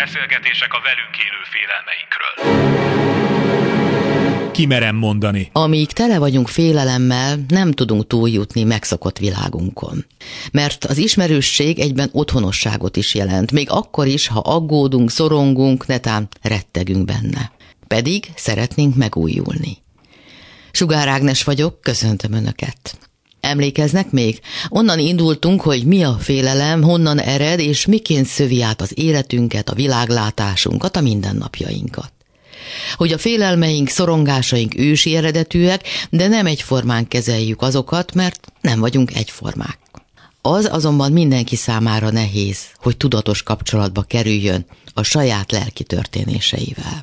Beszélgetések a velünk élő félelmeinkről. Kimerem mondani. Amíg tele vagyunk félelemmel, nem tudunk túljutni megszokott világunkon. Mert az ismerősség egyben otthonosságot is jelent, még akkor is, ha aggódunk, szorongunk, netán rettegünk benne. Pedig szeretnénk megújulni. Sugár Ágnes vagyok, köszöntöm Önöket. Emlékeznek még? Onnan indultunk, hogy mi a félelem, honnan ered, és miként szövi át az életünket, a világlátásunkat, a mindennapjainkat. Hogy a félelmeink, szorongásaink ősi eredetűek, de nem egyformán kezeljük azokat, mert nem vagyunk egyformák. Az azonban mindenki számára nehéz, hogy tudatos kapcsolatba kerüljön a saját lelki történéseivel.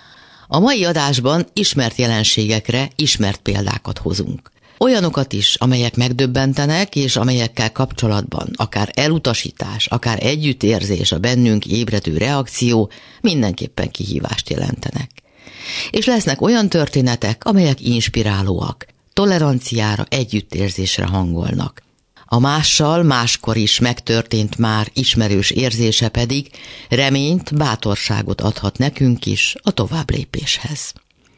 A mai adásban ismert jelenségekre ismert példákat hozunk. Olyanokat is, amelyek megdöbbentenek, és amelyekkel kapcsolatban akár elutasítás, akár együttérzés, a bennünk ébredő reakció mindenképpen kihívást jelentenek. És lesznek olyan történetek, amelyek inspirálóak, toleranciára, együttérzésre hangolnak. A mással máskor is megtörtént már ismerős érzése pedig reményt, bátorságot adhat nekünk is a továbblépéshez.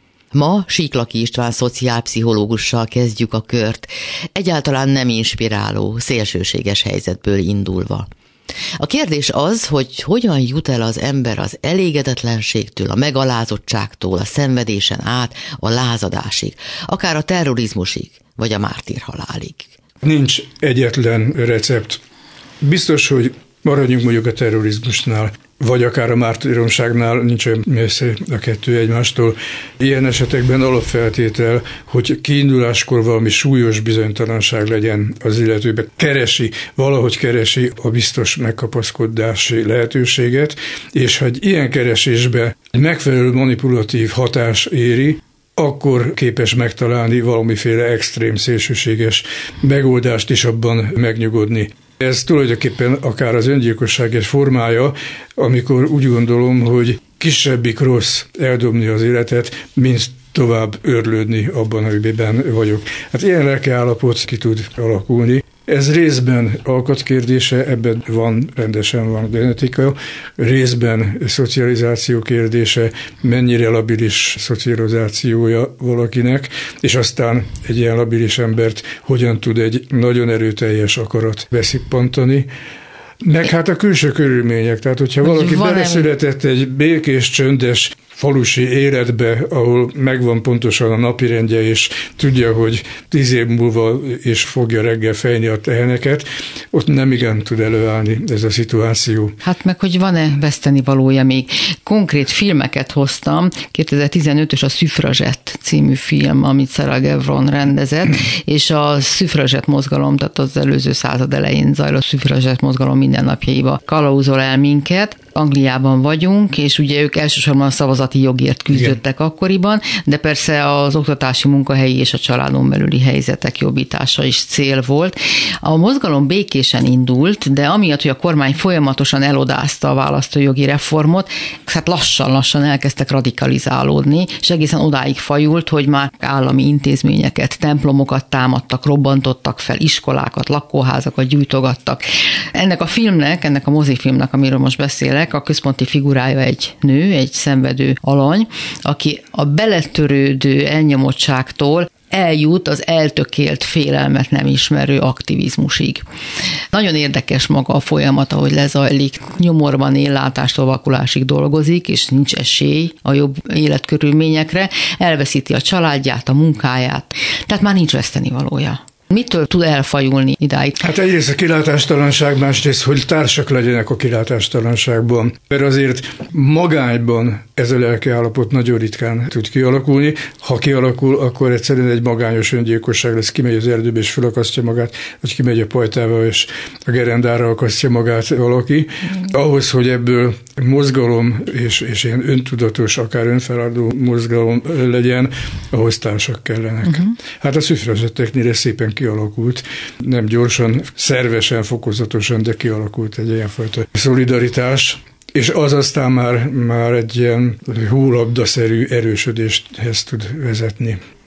Ma Síklaki István szociálpszichológussal kezdjük a kört, egyáltalán nem inspiráló, szélsőséges helyzetből indulva. A kérdés az, hogy hogyan jut el az ember az elégedetlenségtől, a megalázottságtól, a szenvedésen át, a lázadásig, akár a terrorizmusig, vagy a mártírhalálig. Nincs egyetlen recept. Biztos, hogy maradjunk mondjuk a terrorizmusnál, vagy akár a mártíromságnál, nincs olyan messze a kettő egymástól. Ilyen esetekben alapfeltétel, hogy kiinduláskor valami súlyos bizonytalanság legyen az illetőben. Valahogy keresi a biztos megkapaszkodási lehetőséget, és ha egy ilyen keresésbe egy megfelelő manipulatív hatás éri, akkor képes megtalálni valamiféle extrém, szélsőséges megoldást is abban megnyugodni. Ez tulajdonképpen akár az öngyilkosság egy formája, amikor úgy gondolom, hogy kisebbik rossz eldobni az életet, mint tovább őrlődni abban, amiben vagyok. Hát ilyen lelkiállapot ki tud alakulni. Ez részben alkatkérdése, ebben rendesen van genetika, részben szocializáció kérdése, mennyire labilis szocializációja valakinek, és aztán egy ilyen labilis embert hogyan tud egy nagyon erőteljes akarat beszippantani. Meg hát a külső körülmények, tehát hogyha valaki beleszületett egy békés, csöndes falusi életbe, ahol megvan pontosan a napirendje, és tudja, hogy 10 év múlva is fogja reggel fejni a teheneket, ott nem igen tud előállni ez a szituáció. Hát meg, hogy van-e vesztenivalója még. Konkrét filmeket hoztam, 2015-ös a Suffragette című film, amit Sarah Gavron rendezett, és a Suffragette mozgalom, tehát az előző század elején zajló Suffragette mozgalom mindennapjaiba kalauzol el minket. Angliában vagyunk, és ugye ők elsősorban a szavazati jogért küzdöttek akkoriban, de persze az oktatási, munkahelyi és a családon belüli helyzetek jobbítása is cél volt. A mozgalom békésen indult, de amiatt, hogy a kormány folyamatosan elodázta a választójogi reformot, hát lassan elkezdtek radikalizálódni, és egészen odáig fajult, hogy már állami intézményeket, templomokat támadtak, robbantottak fel, iskolákat, lakóházakat gyújtogattak. Ennek a mozifilmnek, amiről most beszélek, a központi figurája egy nő, egy szenvedő alany, aki a beletörődő elnyomottságtól eljut az eltökélt félelmet nem ismerő aktivizmusig. Nagyon érdekes maga a folyamat, ahogy lezajlik. Nyomorban él, látástól vakulásig dolgozik, és nincs esély a jobb életkörülményekre. Elveszíti a családját, a munkáját, tehát már nincs vesztenivalója. Mitől tud elfajulni idáig? Hát egyrészt a kilátástalanság, másrészt, hogy társak legyenek a kilátástalanságban. Mert azért magányban ez a lelkiállapot nagyon ritkán tud kialakulni. Ha kialakul, akkor egyszerűen egy magányos öngyilkosság lesz, kimegy az erdőbe és felakasztja magát, vagy kimegy a pajtába és a gerendára akasztja magát valaki. Ahhoz, hogy ebből mozgalom és ilyen öntudatos, akár önfeláldó mozgalom legyen, ahhoz társak kellenek. Hát a szüfrazetteknél szépen kialakult, nem gyorsan, szervesen, fokozatosan, de kialakult egy ilyenfajta szolidaritás, és az aztán már egy ilyen hólabdaszerű erősödéshez tud vezetni.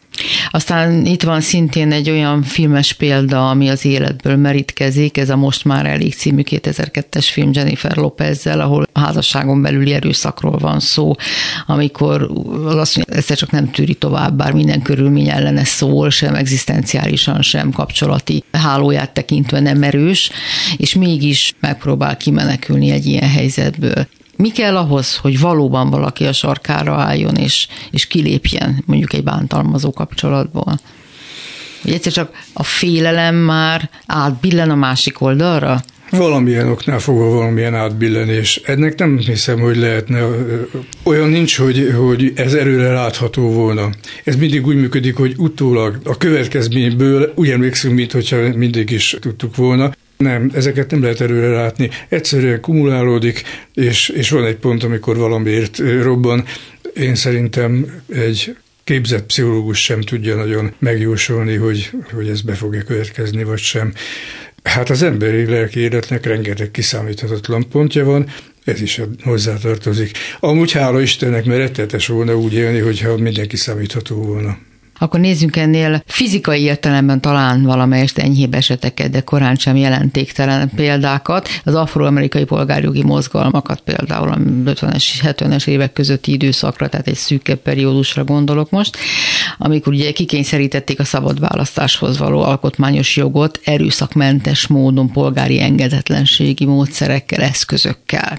Aztán itt van szintén egy olyan filmes példa, ami az életből merítkezik, ez a Most már elég című 2002-es film Jennifer Lopezzel, ahol a házasságon belüli erőszakról van szó, amikor az azt mondja, egyszer csak nem tűri tovább, bár minden körülmény ellene szól, sem egzisztenciálisan, sem kapcsolati hálóját tekintve nem erős, és mégis megpróbál kimenekülni egy ilyen helyzetből. Mi kell ahhoz, hogy valóban valaki a sarkára álljon, és kilépjen mondjuk egy bántalmazó kapcsolatból? Hogy egyszer csak a félelem már átbillen a másik oldalra? Valamilyen oknál fogva valamilyen átbillenés. Ennek nem hiszem, hogy lehetne. Olyan nincs, hogy ez előre látható volna. Ez mindig úgy működik, hogy utólag a következményből úgy emlékszünk, mintha mindig is tudtuk volna. Nem, ezeket nem lehet előre látni. Egyszerűen kumulálódik, és van egy pont, amikor valamiért robban. Én szerintem egy képzett pszichológus sem tudja nagyon megjósolni, hogy ez be fog-e következni, vagy sem. Hát az emberi lelki életnek rengeteg kiszámíthatatlan pontja van, ez is hozzátartozik. Amúgy hála Istennek, mert rettenetes volna úgy élni, hogyha minden kiszámítható volna. Akkor nézzünk ennél fizikai értelemben talán valamelyest enyhébb eseteket, de korán sem jelentéktelen példákat. Az afroamerikai polgárjogi mozgalmakat például a 50-es, 70-es évek közötti időszakra, tehát egy szűkebb periódusra gondolok most, amikor ugye kikényszerítették a szabad választáshoz való alkotmányos jogot erőszakmentes módon, polgári engedetlenségi módszerekkel, eszközökkel.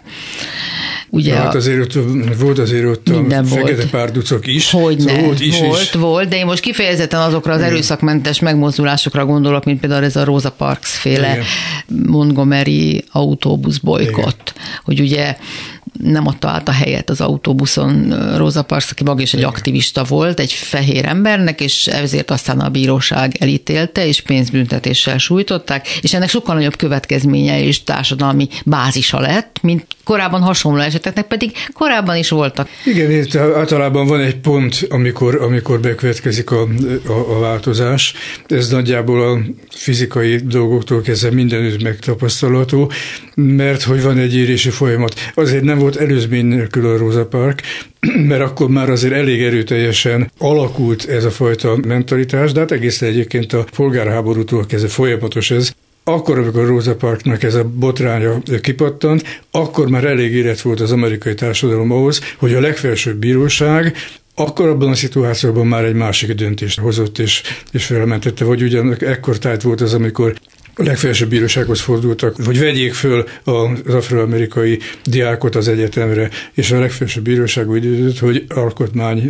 Ugye hát azért volt ott a fekete párducok is. Volt, de én most kifejezetten azokra az erőszakmentes megmozdulásokra gondolok, mint például ez a Rosa Parks féle Montgomery autóbuszbolykott, hogy ugye nem adta át a helyet az autóbuszon Rosa Parks, aki maga is egy aktivista volt, egy fehér embernek, és ezért aztán a bíróság elítélte, és pénzbüntetéssel sújtották, és ennek sokkal nagyobb következménye és társadalmi bázisa lett, mint korábban hasonló eseteknek, pedig korábban is voltak. Igen, itt általában van egy pont, amikor bekövetkezik a változás. Ez nagyjából a fizikai dolgoktól kezdve mindenütt megtapasztalható, mert hogy van egy érési folyamat. Azért nem volt előzmény nélkül a Rosa Park, mert akkor már azért elég erőteljesen alakult ez a fajta mentalitás, de hát egészen egyébként a polgárháborútól kezdve folyamatos ez. Akkor, amikor Rosa Parksnak ez a botránya kipattant, akkor már elég érett volt az amerikai társadalom ahhoz, hogy a legfelsőbb bíróság akkor abban a szituációban már egy másik döntést hozott és felmentette, vagy ugyan ekkor tájt volt az, amikor a legfelsőbb bírósághoz fordultak, hogy vegyék föl az afroamerikai diákot az egyetemre, és a legfelsőbb bíróság úgy döntött, hogy alkotmány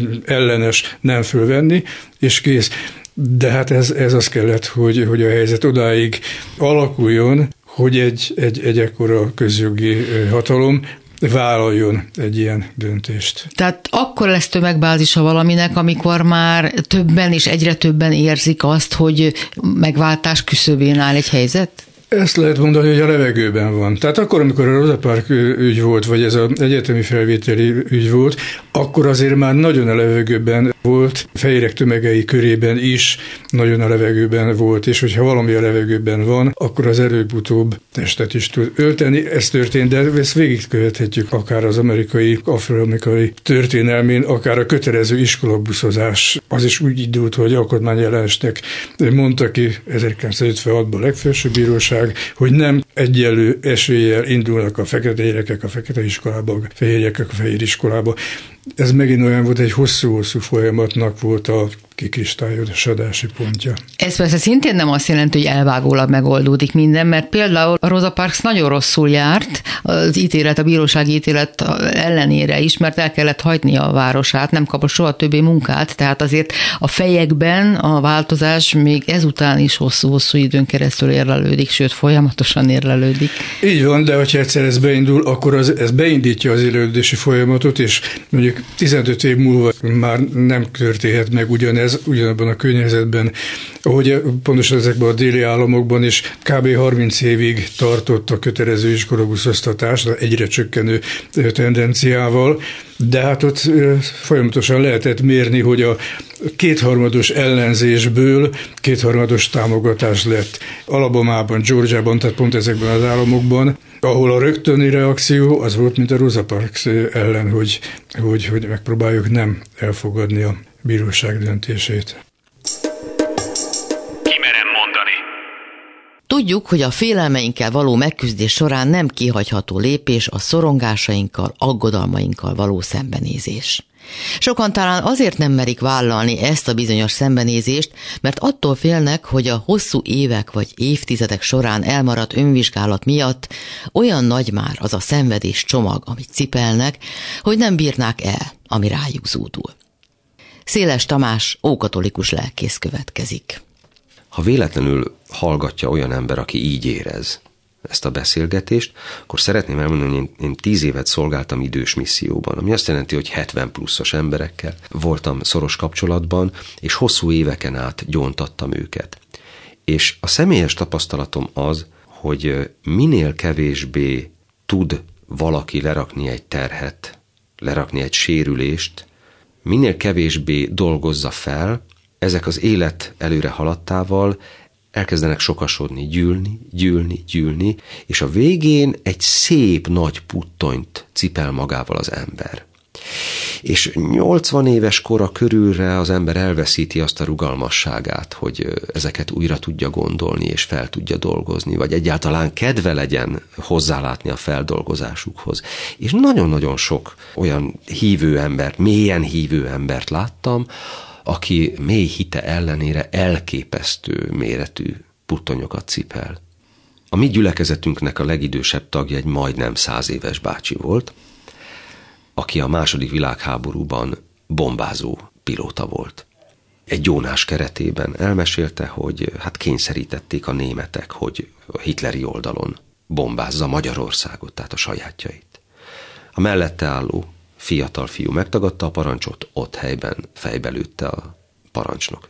ellenes nem fölvenni, és kész. De hát ez az kellett, hogy a helyzet odáig alakuljon, hogy egy ekkora közjogi hatalom vállaljon egy ilyen döntést. Tehát akkor lesz tömegbázisa valaminek, amikor már többen és egyre többen érzik azt, hogy megváltás küszöbén áll egy helyzet? Ezt lehet mondani, hogy a levegőben van. Tehát akkor, amikor a Rosa Parks ügy volt, vagy ez az egyetemi felvételi ügy volt, akkor azért már nagyon a levegőben volt, fehérek tömegei körében is nagyon a levegőben volt, és hogyha valami a levegőben van, akkor az előbb-utóbb testet is tud ölteni. Ez történt, de ezt végigkövethetjük akár az afroamerikai történelmén, akár a kötelező iskolabuszozás. Az is úgy indult, hogy alkotmányellenesnek mondta ki 1956-ban a legfelsőbb bíróság, hogy nem egyenlő eséllyel indulnak a fekete gyerekek a fekete iskolába, a fehér gyerekek a fehér iskolába. Ez megint olyan volt, egy hosszú-hosszú folyamatnak volt a kikristályosodási pontja. Ez persze szintén nem azt jelenti, hogy elvágólag megoldódik minden, mert például a Rosa Parks nagyon rosszul járt az ítélet, a bírósági ítélet ellenére is, mert el kellett hagyni a városát, nem kapott soha többé munkát, tehát azért a fejekben a változás még ezután is hosszú-hosszú időn keresztül érlelődik, sőt folyamatosan érlelődik. Így van, de hogyha egyszer ez beindul, akkor ez beindítja az érlelődési folyamatot, és mondjuk 15 év múlva már nem történhet meg ugyanabban a környezetben, ahogy pontosan ezekben a déli államokban is kb. 30 évig tartott a kötelező iskolabuszoztatás, egyre csökkenő tendenciával, de hát ott folyamatosan lehetett mérni, hogy a kétharmados ellenzésből kétharmados támogatás lett. Alabamában, Georgiában, tehát pont ezekben az államokban, ahol a rögtöni reakció az volt, mint a Rosa Parks ellen, hogy megpróbáljuk nem elfogadni bíróság döntését. Kimerem mondani. Tudjuk, hogy a félelmeinkkel való megküzdés során nem kihagyható lépés a szorongásainkkal, aggodalmainkkal való szembenézés. Sokan talán azért nem merik vállalni ezt a bizonyos szembenézést, mert attól félnek, hogy a hosszú évek vagy évtizedek során elmaradt önvizsgálat miatt olyan nagy már az a szenvedés csomag, amit cipelnek, hogy nem bírnák el, ami rájuk zúdul. Széles Tamás, ókatolikus lelkész következik. Ha véletlenül hallgatja olyan ember, aki így érez ezt a beszélgetést, akkor szeretném elmondani, hogy én 10 évet szolgáltam idős misszióban, ami azt jelenti, hogy 70 pluszos emberekkel voltam szoros kapcsolatban, és hosszú éveken át gyóntattam őket. És a személyes tapasztalatom az, hogy minél kevésbé tud valaki lerakni egy terhet, lerakni egy sérülést, minél kevésbé dolgozza fel, ezek az élet előre haladtával elkezdenek sokasodni, gyűlni, és a végén egy szép nagy puttonyt cipel magával az ember. És 80 éves kora körülre az ember elveszíti azt a rugalmasságát, hogy ezeket újra tudja gondolni és fel tudja dolgozni, vagy egyáltalán kedve legyen hozzálátni a feldolgozásukhoz. És nagyon-nagyon sok olyan hívő embert, mélyen hívő embert láttam, aki mély hite ellenére elképesztő méretű puttonyokat cipel. A mi gyülekezetünknek a legidősebb tagja egy majdnem 100 éves bácsi volt, aki a II. Világháborúban bombázó pilóta volt. Egy gyónás keretében elmesélte, hogy kényszerítették a németek, hogy a hitleri oldalon bombázza Magyarországot, tehát a sajátjait. A mellette álló fiatal fiú megtagadta a parancsot, ott helyben fejbe lőtte a parancsnok.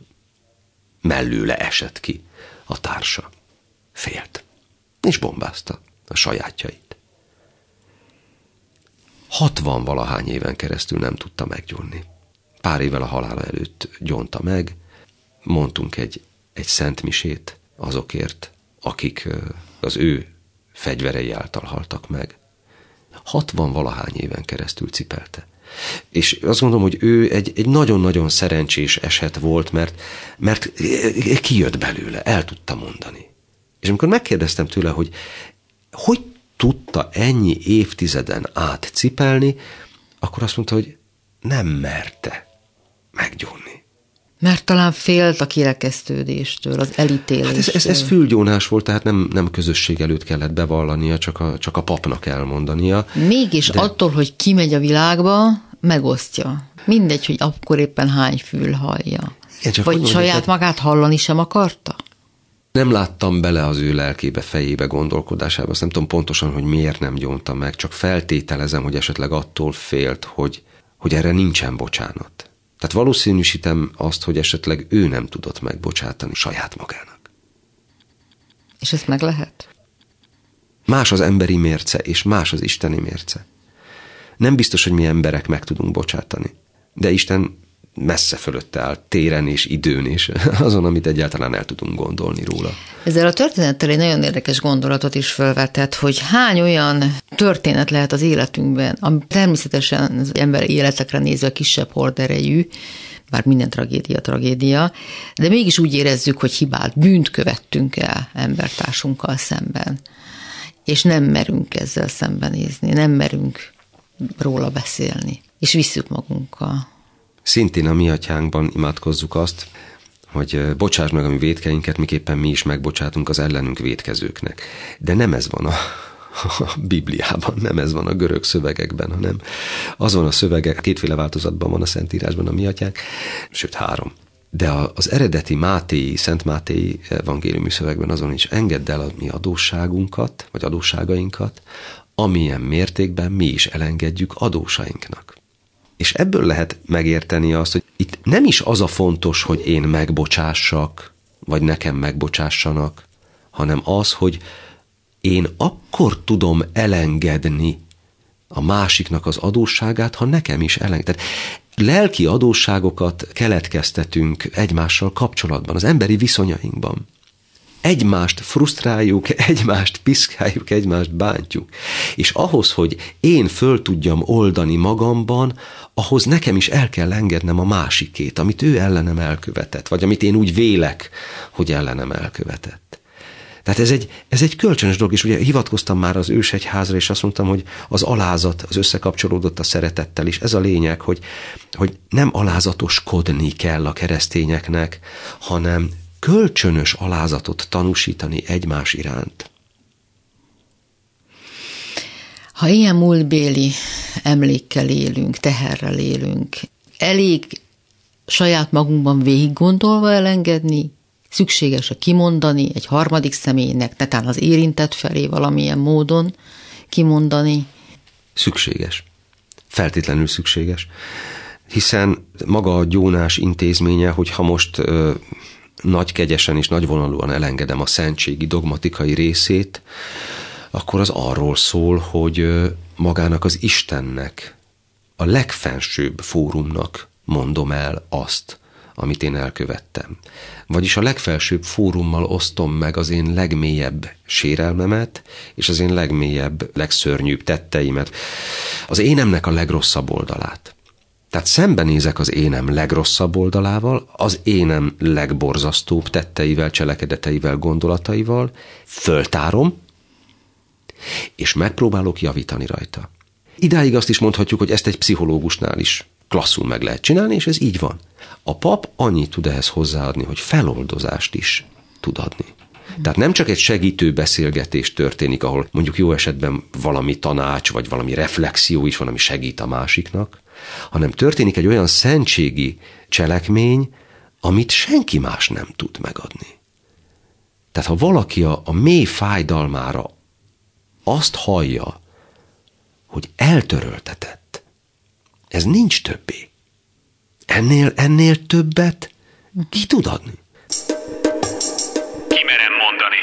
Mellőle esett ki a társa. Félt. És bombázta a sajátjait. 60-valahány éven keresztül nem tudta meggyónni. Pár évvel a halála előtt gyónta meg, mondtunk egy szentmisét azokért, akik az ő fegyverei által haltak meg. 60-valahány éven keresztül cipelte. És azt gondolom, hogy ő egy nagyon-nagyon szerencsés eset volt, mert kijött belőle, el tudta mondani. És amikor megkérdeztem tőle, hogy tudta ennyi évtizeden át cipelni, akkor azt mondta, hogy nem merte meggyónni. Mert talán félt a kirekesztődéstől, az elítéléstől. Ez fülgyónás volt, tehát nem közösség előtt kellett bevallania, csak a papnak elmondania. Mégis attól, hogy kimegy a világba, megosztja. Mindegy, hogy akkor éppen hány fül hallja. Igen, vagy saját magát hallani sem akarta? Nem láttam bele az ő lelkébe, fejébe, gondolkodásába. Azt nem tudom pontosan, hogy miért nem gyónta meg, csak feltételezem, hogy esetleg attól félt, hogy erre nincsen bocsánat. Tehát valószínűsítem azt, hogy esetleg ő nem tudott megbocsátani saját magának. És ezt meg lehet? Más az emberi mérce, és más az isteni mérce. Nem biztos, hogy mi emberek meg tudunk bocsátani. De Isten messze fölötte áll, téren és időn is, azon, amit egyáltalán el tudunk gondolni róla. Ezzel a történettel egy nagyon érdekes gondolatot is felvetett, hogy hány olyan történet lehet az életünkben, ami természetesen az emberi életekre nézve kisebb horderejű, bár minden tragédia, de mégis úgy érezzük, hogy hibát, bűnt követtünk el embertársunkkal szemben. És nem merünk ezzel szembenézni, nem merünk róla beszélni, és visszük magunkkal. Szintén a mi atyánkban imádkozzuk azt, hogy bocsáss meg a mi vétkeinket, miképpen mi is megbocsátunk az ellenünk vétkezőknek. De nem ez van a Bibliában, nem ez van a görög szövegekben, hanem az van a szövegek, kétféle változatban van a Szentírásban a mi atyánk, sőt 3. De az eredeti Szent Mátei evangéliumi szövegben azon is engedd el a mi adósságunkat, vagy adósságainkat, amilyen mértékben mi is elengedjük adósainknak. És ebből lehet megérteni azt, hogy itt nem is az a fontos, hogy én megbocsássak, vagy nekem megbocsássanak, hanem az, hogy én akkor tudom elengedni a másiknak az adósságát, ha nekem is elenged. Tehát lelki adósságokat keletkeztetünk egymással kapcsolatban, az emberi viszonyainkban. egymást frusztráljuk, egymást piszkáljuk, egymást bántjuk. És ahhoz, hogy én föl tudjam oldani magamban, ahhoz nekem is el kell engednem a másikét, amit ő ellenem elkövetett, vagy amit én úgy vélek, hogy ellenem elkövetett. Tehát ez egy kölcsönös dolog, és ugye hivatkoztam már az ősegyházra, és azt mondtam, hogy az alázat, az összekapcsolódott a szeretettel is. Ez a lényeg, hogy nem alázatoskodni kell a keresztényeknek, hanem kölcsönös alázatot tanúsítani egymás iránt. Ha ilyen múltbéli emlékkel élünk, teherrel élünk, elég saját magunkban végig gondolva elengedni, szükséges kimondani egy harmadik személynek, netán az érintett felé valamilyen módon kimondani? Szükséges. Feltétlenül szükséges. Hiszen maga a gyónás intézménye, hogyha most nagy kegyesen és nagyvonalúan elengedem a szentségi dogmatikai részét, akkor az arról szól, hogy magának az Istennek, a legfensőbb fórumnak mondom el azt, amit én elkövettem. Vagyis a legfelsőbb fórummal osztom meg az én legmélyebb sérelmemet, és az én legmélyebb, legszörnyűbb tetteimet, az énemnek a legrosszabb oldalát. Tehát szembenézek az énem legrosszabb oldalával, az énem legborzasztóbb tetteivel, cselekedeteivel, gondolataival, föltárom, és megpróbálok javítani rajta. Idáig azt is mondhatjuk, hogy ezt egy pszichológusnál is klasszul meg lehet csinálni, és ez így van. A pap annyit tud ehhez hozzáadni, hogy feloldozást is tud adni. Tehát nem csak egy segítő beszélgetés történik, ahol mondjuk jó esetben valami tanács, vagy valami reflexió is van, ami segít a másiknak, hanem történik egy olyan szentségi cselekmény, amit senki más nem tud megadni. Tehát ha valaki a mély fájdalmára azt hallja, hogy eltöröltetett, ez nincs többé. Ennél többet ki tud adni? Kimerem mondani.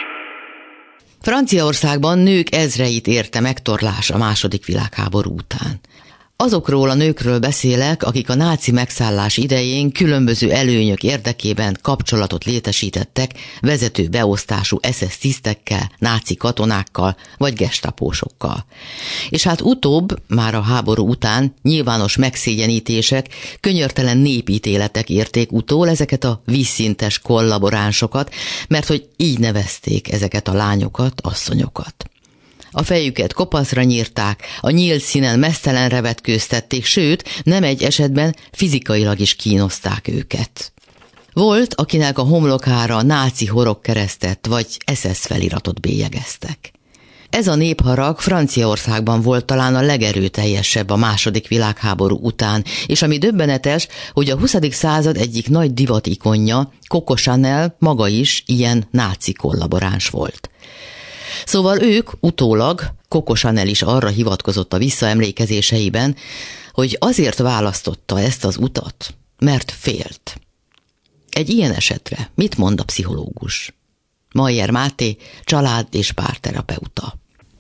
Franciaországban nők ezreit érte megtorlás a II. Világháború után. Azokról a nőkről beszélek, akik a náci megszállás idején különböző előnyök érdekében kapcsolatot létesítettek vezető beosztású SS tisztekkel, náci katonákkal vagy gestapósokkal. És hát utóbb, már a háború után nyilvános megszégyenítések, könyörtelen népítéletek érték utól ezeket a vízszintes kollaboránsokat, mert hogy így nevezték ezeket a lányokat, asszonyokat. A fejüket kopaszra nyírták, a nyílt színen meztelenre vetkőztették, sőt, nem egy esetben fizikailag is kínozták őket. Volt, akinek a homlokára náci horogkeresztet vagy SS feliratot bélyegeztek. Ez a népharag Franciaországban volt talán a legerőteljesebb a II. Világháború után, és ami döbbenetes, hogy a 20. század egyik nagy divatikonja, Coco Chanel maga is ilyen náci kollaboráns volt. Szóval ők utólag, Coco Chanel is arra hivatkozott a visszaemlékezéseiben, hogy azért választotta ezt az utat, mert félt. Egy ilyen esetre mit mond a pszichológus? Mayer Máté, család- és párterapeuta.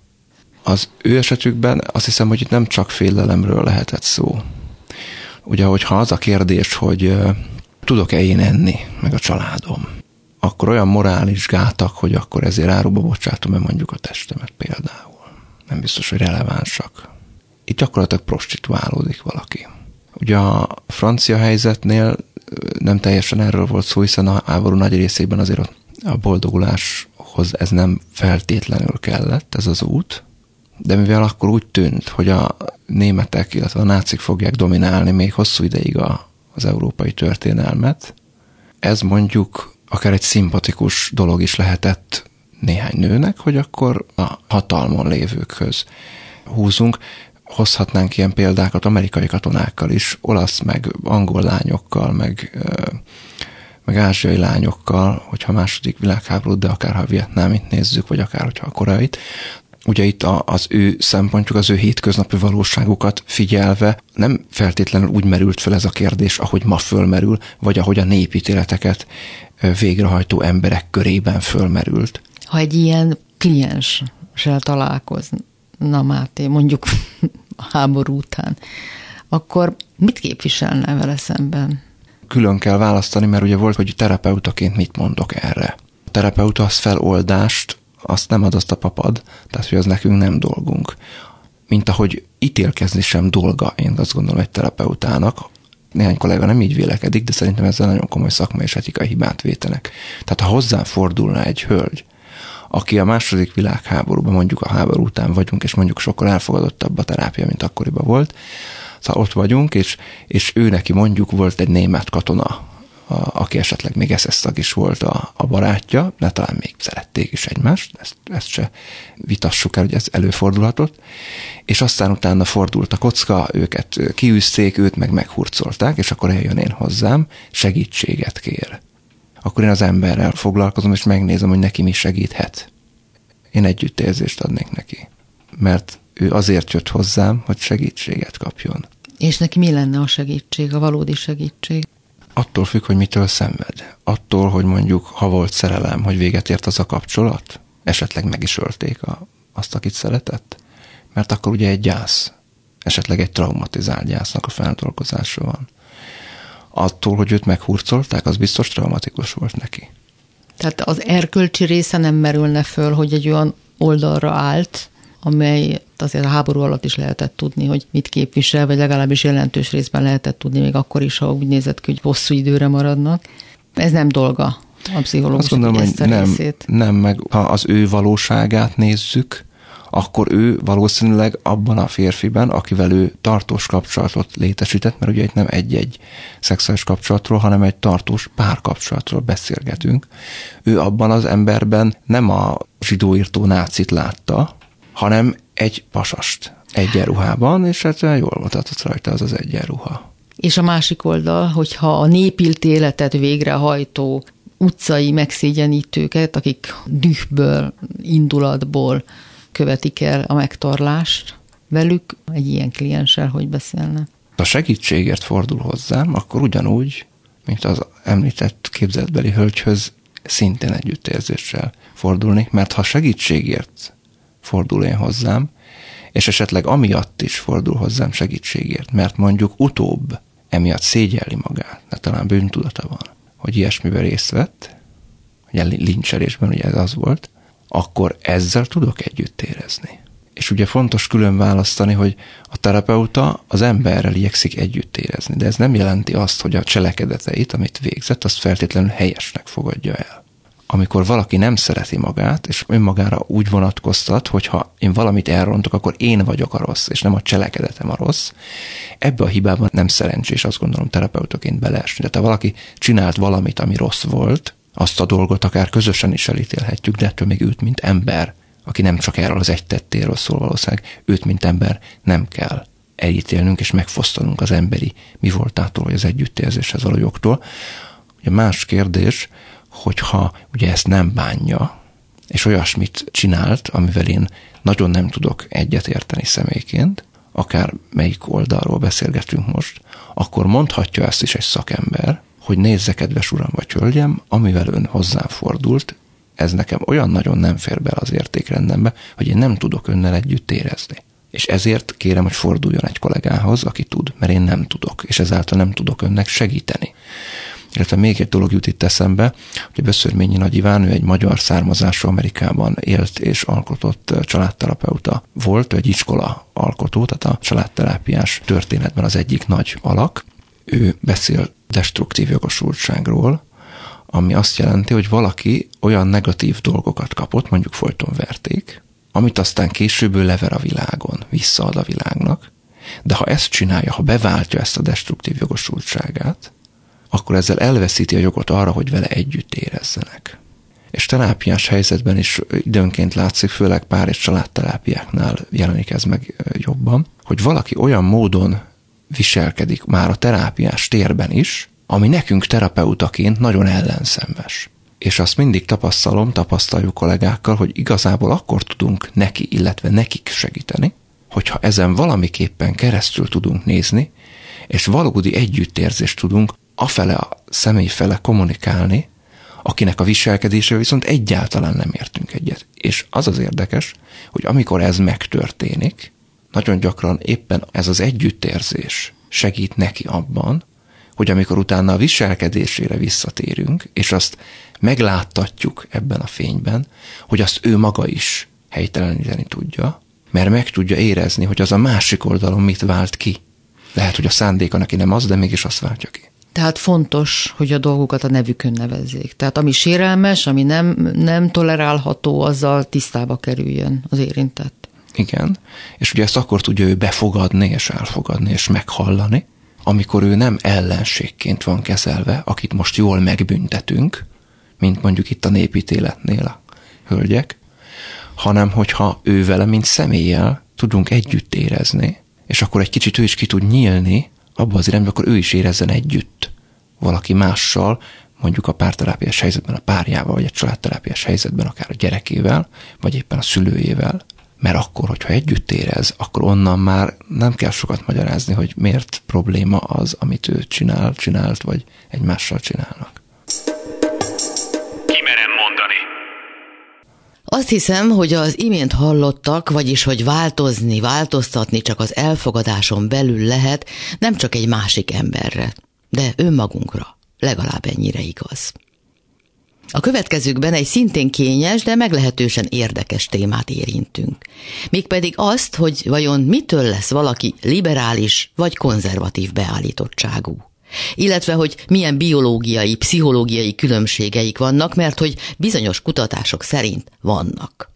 Az ő esetükben azt hiszem, hogy itt nem csak félelemről lehetett szó. Ugye, hogyha az a kérdés, hogy tudok-e én enni, meg a családom, akkor olyan morális gátak, hogy akkor ezért áruba bocsátom-e mondjuk a testemet például. Nem biztos, hogy relevánsak. Itt gyakorlatilag prostituálódik valaki. Ugye a francia helyzetnél nem teljesen erről volt szó, hiszen a háború nagy részében azért a boldoguláshoz ez nem feltétlenül kellett, ez az út, de mivel akkor úgy tűnt, hogy a németek, illetve a nácik fogják dominálni még hosszú ideig az európai történelmet, ez mondjuk akár egy szimpatikus dolog is lehetett néhány nőnek, hogy akkor a hatalmon lévőkhöz húzunk. Hozhatnánk ilyen példákat amerikai katonákkal is, olasz, meg angol lányokkal, meg ázsiai lányokkal, hogyha a második világháborút, de akár ha a vietnámit nézzük, vagy akár hogyha a koreait. Ugye itt az ő szempontjuk, az ő hétköznapi valóságukat figyelve nem feltétlenül úgy merült fel ez a kérdés, ahogy ma fölmerül, vagy ahogy a népítéleteket végrehajtó emberek körében fölmerült. Ha egy ilyen klienssel találkozna Máté, mondjuk a háború után, akkor mit képviselne vele szemben? Külön kell választani, mert ugye volt, hogy terapeutaként mit mondok erre. A terapeuta az feloldást, azt nem ad, azt a papad, tehát hogy az nekünk nem dolgunk. Mint ahogy ítélkezni sem dolga, én azt gondolom egy terapeutának. Néhány kollega nem így vélekedik, de szerintem ezzel nagyon komoly szakmai és etikai hibát vétenek. Tehát ha hozzám fordulna egy hölgy, aki a második világháborúban, mondjuk a háború után vagyunk, és mondjuk sokkal elfogadottabb a terápia, mint akkoriban volt, szóval ott vagyunk, és ő neki mondjuk volt egy német katona, aki esetleg még SS tag is volt a barátja, de talán még szerették is egymást, ezt se vitassuk el, hogy ez előfordulhatott, és aztán utána fordult a kocka, őket kiűzték, őt meg meghurcolták, és akkor eljön én hozzám, segítséget kér. Akkor én az emberrel foglalkozom, és megnézem, hogy neki mi segíthet. Én együttérzést adnék neki, mert ő azért jött hozzám, hogy segítséget kapjon. És neki mi lenne a segítség, a valódi segítség? Attól függ, hogy mitől szenved. Attól, hogy mondjuk, ha volt szerelem, hogy véget ért az a kapcsolat, esetleg meg is ölték azt, akit szeretett. Mert akkor ugye egy gyász, esetleg egy traumatizált gyásznak a feldolgozása van. Attól, hogy őt meghurcolták, az biztos traumatikus volt neki. Tehát az erkölcsi része nem merülne föl, hogy egy olyan oldalra állt, amely azért a háború alatt is lehetett tudni, hogy mit képvisel, vagy legalábbis jelentős részben lehetett tudni, még akkor is, ha úgy nézett ki, hogy hosszú időre maradnak. Ez nem dolga a pszichológusnak, hogy ezt a részét. Nem, meg ha az ő valóságát nézzük, akkor ő valószínűleg abban a férfiben, akivel ő tartós kapcsolatot létesített, mert ugye itt nem egy-egy szexuális kapcsolatról, hanem egy tartós párkapcsolatról beszélgetünk. Ő abban az emberben nem a zsidóirtó nácit látta, hanem egy pasast egyenruhában, és hát jól mutatott rajta az egyenruha. És a másik oldal, hogyha a népítéletet végrehajtó utcai megszégyenítőket, akik dühből, indulatból követik el a megtorlást, velük egy ilyen klienssel hogy beszélne? Ha segítségért fordul hozzám, akkor ugyanúgy, mint az említett képzeletbeli hölgyhöz, szintén együttérzéssel fordulni, mert ha segítségért fordul én hozzám, és esetleg amiatt is fordul hozzám segítségért, mert mondjuk utóbb emiatt szégyelli magát, de talán bűntudata van, hogy ilyesmiben részt vett, ugye lincselésben, ugye ez az volt, akkor ezzel tudok együtt érezni. És ugye fontos külön választani, hogy a terapeuta az emberrel igyekszik együtt érezni, de ez nem jelenti azt, hogy a cselekedeteit, amit végzett, azt feltétlenül helyesnek fogadja el. Amikor valaki nem szereti magát, és önmagára úgy vonatkoztat, hogy ha én valamit elrontok, akkor én vagyok a rossz, és nem a cselekedetem a rossz, ebbe a hibában nem szerencsés, azt gondolom, terapeutaként beleesni. Tehát ha valaki csinált valamit, ami rossz volt, azt a dolgot akár közösen is elítélhetjük, de ettől még őt, mint ember, aki nem csak erről az egy tettéről szól valószínűleg, őt, mint ember nem kell elítélnünk és megfosztanunk az emberi mi voltától, vagy az együttérzéshez való jogtól. Ugye más kérdés, hogyha ugye ezt nem bánja, és olyasmit csinált, amivel én nagyon nem tudok egyetérteni személyként, akár melyik oldalról beszélgetünk most, akkor mondhatja ezt is egy szakember, hogy nézze, kedves uram vagy hölgyem, amivel ön hozzám fordult, ez nekem olyan nagyon nem fér bele az értékrendembe, hogy én nem tudok önnel együtt érezni. És ezért kérem, hogy forduljon egy kollégához, aki tud, mert én nem tudok, és ezáltal nem tudok önnek segíteni. Illetve még egy dolog jut itt eszembe, hogy Böszörményi Nagy Iván, ő egy magyar származású, Amerikában élt és alkotott családterapeuta volt, ő egy iskola alkotó, tehát a családterápiás történetben az egyik nagy alak. Ő beszél destruktív jogosultságról, ami azt jelenti, hogy valaki olyan negatív dolgokat kapott, mondjuk folyton verték, amit aztán később ő lever a világon, visszaad a világnak, de ha ezt csinálja, ha beváltja ezt a destruktív jogosultságát, akkor ezzel elveszíti a jogot arra, hogy vele együtt érezzenek. És terápiás helyzetben is időnként látszik, főleg pár és családterápiáknál jelenik ez meg jobban, hogy valaki olyan módon viselkedik már a terápiás térben is, ami nekünk terapeutaként nagyon ellenszenves. És azt mindig tapasztaljuk kollégákkal, hogy igazából akkor tudunk neki, illetve nekik segíteni, hogyha ezen valamiképpen keresztül tudunk nézni, és valódi együttérzést tudunk afele a személy fele kommunikálni, akinek a viselkedésével viszont egyáltalán nem értünk egyet. És az az érdekes, hogy amikor ez megtörténik, nagyon gyakran éppen ez az együttérzés segít neki abban, hogy amikor utána a viselkedésére visszatérünk, és azt megláttatjuk ebben a fényben, hogy azt ő maga is helyteleníteni tudja, mert meg tudja érezni, hogy az a másik oldalon mit vált ki. Lehet, hogy a szándéka neki nem az, de mégis azt váltja ki. Tehát fontos, hogy a dolgokat a nevükön nevezzék. Tehát ami sérelmes, ami nem tolerálható, azzal tisztába kerüljön az érintett. Igen, és ugye ezt akkor tudja ő befogadni, és elfogadni, és meghallani, amikor ő nem ellenségként van kezelve, akit most jól megbüntetünk, mint mondjuk itt a népítéletnél a hölgyek, hanem hogyha ő vele, mint személlyel tudunk együtt érezni, és akkor egy kicsit ő is ki tud nyílni abba az irányba, akkor ő is érezzen együtt valaki mással, mondjuk a párterápiás helyzetben a párjával, vagy egy családterápiás helyzetben akár a gyerekével, vagy éppen a szülőjével. Mert akkor, hogyha együtt érez, akkor onnan már nem kell sokat magyarázni, hogy miért probléma az, amit ő csinált, vagy egymással csinálnak. Kimerem mondani. Azt hiszem, hogy az imént hallottak, vagyis hogy változtatni csak az elfogadáson belül lehet, nem csak egy másik emberre, de önmagunkra, legalább ennyire igaz. A következőkben egy szintén kényes, de meglehetősen érdekes témát érintünk. Mégpedig azt, hogy vajon mitől lesz valaki liberális vagy konzervatív beállítottságú. Illetve, hogy milyen biológiai, pszichológiai különbségeik vannak, mert hogy bizonyos kutatások szerint vannak.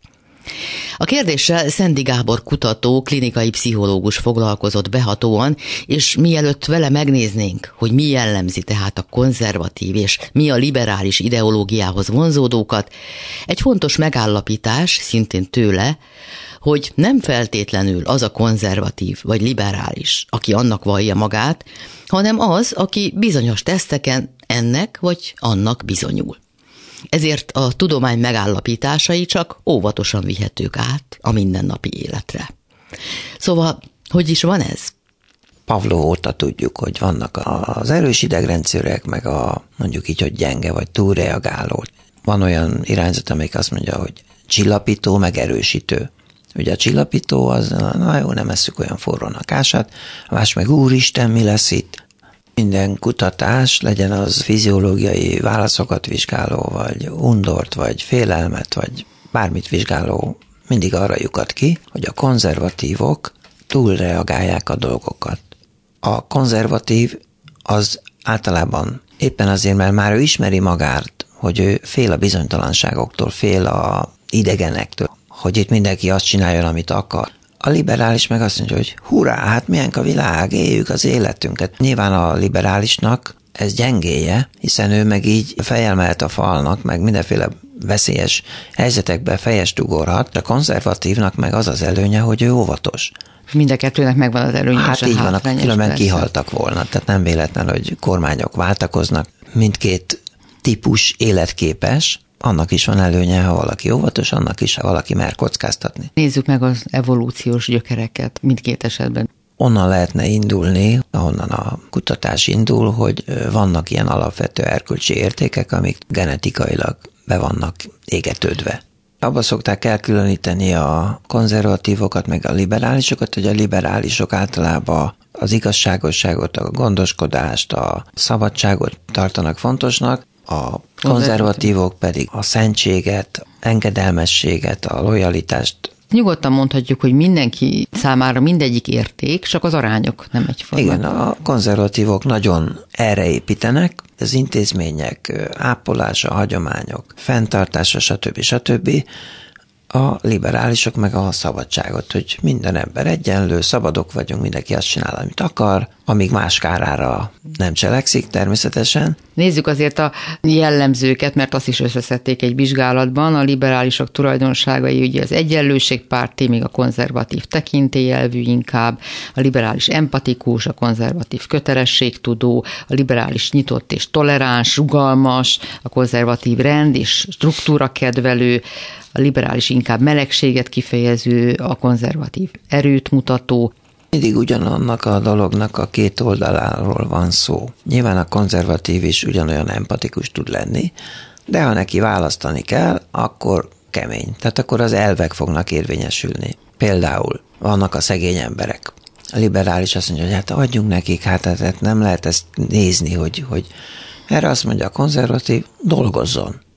A kérdéssel Szendi Gábor kutató, klinikai pszichológus foglalkozott behatóan, és mielőtt vele megnéznénk, hogy mi jellemzi tehát a konzervatív és mi a liberális ideológiához vonzódókat, egy fontos megállapítás, szintén tőle, hogy nem feltétlenül az a konzervatív vagy liberális, aki annak vallja magát, hanem az, aki bizonyos teszteken ennek vagy annak bizonyul. Ezért a tudomány megállapításai csak óvatosan vihetők át a mindennapi életre. Szóval, hogy is van ez? Pavlov óta tudjuk, hogy vannak az erős idegrendszerek, meg a mondjuk így, hogy gyenge vagy túlreagáló. Van olyan irányzat, amelyik azt mondja, hogy csillapító, meg erősítő. Ugye a csillapító az, na jó, nem esszük olyan forrón a kását, a más meg úristen, mi lesz itt? Minden kutatás, legyen az fiziológiai válaszokat vizsgáló, vagy undort, vagy félelmet, vagy bármit vizsgáló, mindig arra lyukat ki, hogy a konzervatívok túlreagálják a dolgokat. A konzervatív az általában éppen azért, mert már ő ismeri magát, hogy ő fél a bizonytalanságoktól, fél a idegenektől, hogy itt mindenki azt csináljon, amit akar. A liberális meg azt mondja, hogy hurrá, hát milyen a világ, éljük az életünket. Nyilván a liberálisnak ez gyengéje, hiszen ő meg így fejjel mehet a falnak, meg mindenféle veszélyes helyzetekbe fejest ugorhat. A konzervatívnak meg az az előnye, hogy ő óvatos. Mind a kettőnek megvan az előnye. Hát így van, különben kihaltak volna. Tehát nem véletlen, hogy kormányok váltakoznak. Mindkét típus életképes, annak is van előnye, ha valaki óvatos, annak is, ha valaki mer kockáztatni. Nézzük meg az evolúciós gyökereket mindkét esetben. Onnan lehetne indulni, ahonnan a kutatás indul, hogy vannak ilyen alapvető erkölcsi értékek, amik genetikailag be vannak égetődve. Abba szokták elkülöníteni a konzervatívokat, meg a liberálisokat, hogy a liberálisok általában az igazságosságot, a gondoskodást, a szabadságot tartanak fontosnak, a konzervatívok pedig a szentséget, engedelmességet, a lojalitást. Nyugodtan mondhatjuk, hogy mindenki számára mindegyik érték, csak az arányok nem egyformák. Igen, a konzervatívok nagyon erre építenek, az intézmények ápolása, hagyományok, fenntartása, stb. A liberálisok meg a szabadságot, hogy minden ember egyenlő, szabadok vagyunk, mindenki azt csinál, amit akar, amíg más kárára nem cselekszik természetesen. Nézzük azért a jellemzőket, mert azt is összeszedték egy vizsgálatban. A liberálisok tulajdonságai ugye az egyenlőségpárti, még a konzervatív tekintélyelvű inkább, a liberális empatikus, a konzervatív kötelességtudó, a liberális nyitott és toleráns, rugalmas, a konzervatív rend és struktúra kedvelő, a liberális inkább melegséget kifejező, a konzervatív erőt mutató. Mindig ugyanannak a dolognak a két oldaláról van szó. Nyilván a konzervatív is ugyanolyan empatikus tud lenni, de ha neki választani kell, akkor kemény. Tehát akkor az elvek fognak érvényesülni. Például vannak a szegény emberek. A liberális azt mondja, hogy hát adjunk nekik, hát nem lehet ezt nézni, hogy erre azt mondja a konzervatív, dolgozzon.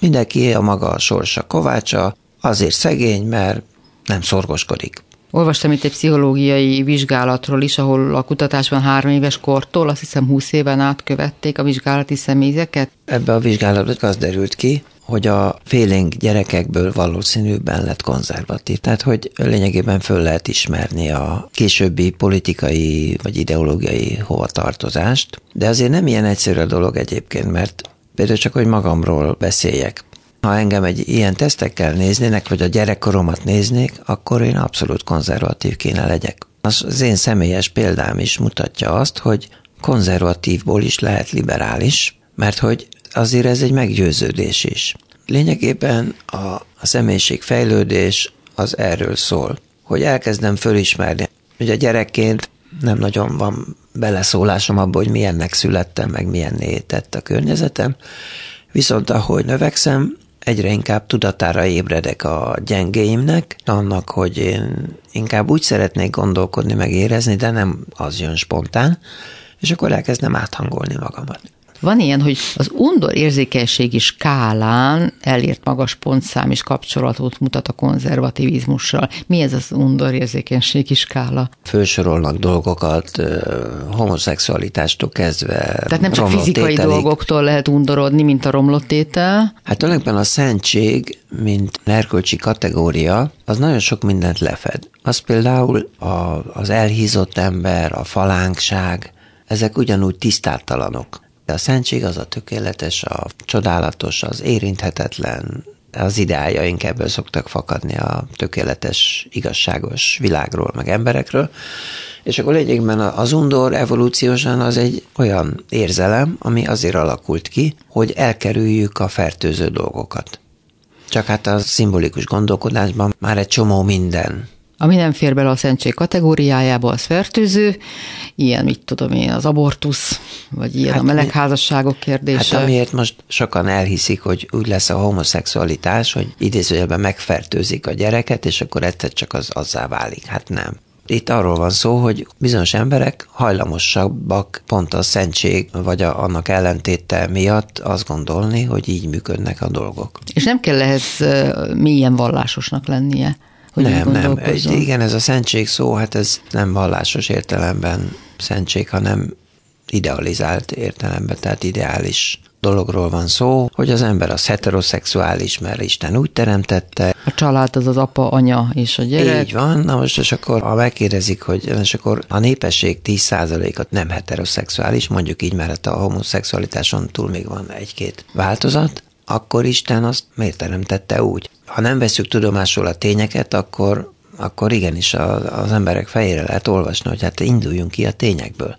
Mindenki a maga sorsa kovácsa, azért szegény, mert nem szorgoskodik. Olvastam itt egy pszichológiai vizsgálatról is, ahol a kutatásban 3 éves kortól, azt hiszem 20 éven át követték a vizsgálati személyzeket. Ebbe a vizsgálatban az derült ki, hogy a félénk gyerekekből valószínűbben lett konzervatív. Tehát, hogy lényegében föl lehet ismerni a későbbi politikai vagy ideológiai hovatartozást, de azért nem ilyen egyszerű a dolog egyébként, mert például csak, hogy magamról beszéljek. Ha engem egy ilyen tesztekkel néznének, vagy a gyerekkoromat néznék, akkor én abszolút konzervatív kéne legyek. Az én személyes példám is mutatja azt, hogy konzervatívból is lehet liberális, mert hogy azért ez egy meggyőződés is. Lényegében a személyiségfejlődés az erről szól, hogy elkezdem fölismerni, hogy a gyerekként nem nagyon van beleszólásom abba, hogy milyennek születtem, meg milyenné tett a környezetem, viszont ahogy növekszem, egyre inkább tudatára ébredek a gyengéimnek, annak, hogy én inkább úgy szeretnék gondolkodni, meg érezni, de nem az jön spontán, és akkor elkezdem áthangolni magamat. Van ilyen, hogy az undor érzékenységi skálán elért magas pontszám és kapcsolatot mutat a konzervativizmussal. Mi ez az undor érzékenységi skála? Fölsorolnak dolgokat, homoszexualitástól kezdve. Tehát nem csak fizikai dolgoktól lehet undorodni, mint a romlott étel? Hát tulajdonképpen a szentség, mint erkölcsi kategória, az nagyon sok mindent lefed. Az például az elhízott ember, a falánkság, ezek ugyanúgy tisztátalanok. A szentség az a tökéletes, a csodálatos, az érinthetetlen, az ideáljaink ebből szoktak fakadni a tökéletes, igazságos világról, meg emberekről. És akkor lényegben az undor evolúciósan az egy olyan érzelem, ami azért alakult ki, hogy elkerüljük a fertőző dolgokat. Csak hát a szimbolikus gondolkodásban már egy csomó minden. Ami nem fér bele a szentség kategóriájába, az fertőző, ilyen, mit tudom én, az abortusz, vagy ilyen hát a melegházasságok kérdése. Hát amiért most sokan elhiszik, hogy úgy lesz a homoszexualitás, hogy idézőjelben megfertőzik a gyereket, és akkor egyszer csak az azzá válik. Hát nem. Itt arról van szó, hogy bizonyos emberek hajlamosabbak pont a szentség, vagy annak ellentéte miatt azt gondolni, hogy így működnek a dolgok. És nem kell ehhez mélyen vallásosnak lennie? Nem. Igen, ez a szentség szó, hát ez nem vallásos értelemben szentség, hanem idealizált értelemben, tehát ideális dologról van szó, hogy az ember az heteroszexuális, mert Isten úgy teremtette. A család az apa, anya és a gyerek. Így van, na most és akkor ha megkérdezik, hogy és akkor a népesség 10%-a nem heteroszexuális, mondjuk így, mert a homoszexualitáson túl még van 1-2 változat, akkor Isten azt miért teremtette úgy? Ha nem veszük tudomásul a tényeket, akkor igenis az emberek fejére lehet olvasni, hogy hát induljunk ki a tényekből.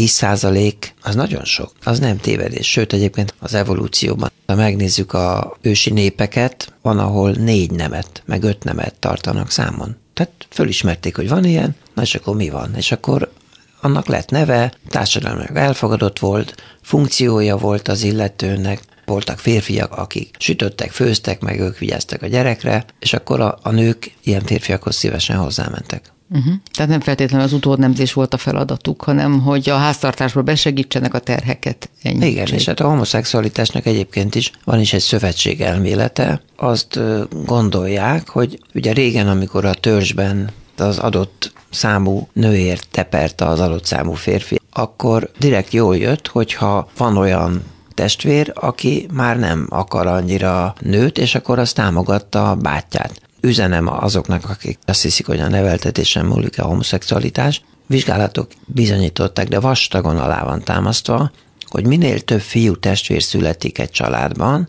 10% az nagyon sok, az nem tévedés. Sőt, egyébként az evolúcióban, ha megnézzük a ősi népeket, van, ahol 4 nemet, meg 5 nemet tartanak számon. Tehát fölismerték, hogy van ilyen, na és akkor mi van? És akkor annak lett neve, társadalmilag elfogadott volt, funkciója volt az illetőnek, voltak férfiak, akik sütöttek, főztek, meg ők vigyáztak a gyerekre, és akkor a nők ilyen férfiakhoz szívesen hozzámentek. Tehát nem feltétlenül az utódnemzés volt a feladatuk, hanem hogy a háztartásba besegítsenek a terheket. Ennyit. Igen, és hát a homoszexualitásnak egyébként is van is egy szövetség elmélete. Azt gondolják, hogy ugye régen, amikor a törzsben az adott számú nőért tepert az adott számú férfi, akkor direkt jól jött, hogyha van olyan testvér, aki már nem akar annyira nőt, és akkor azt támogatta a bátyját. Üzenem azoknak, akik azt hiszik, hogy a neveltetésen múlik a homoszexualitás. Vizsgálatok bizonyították, de vastagon alá van támasztva, hogy minél több fiú testvér születik egy családban,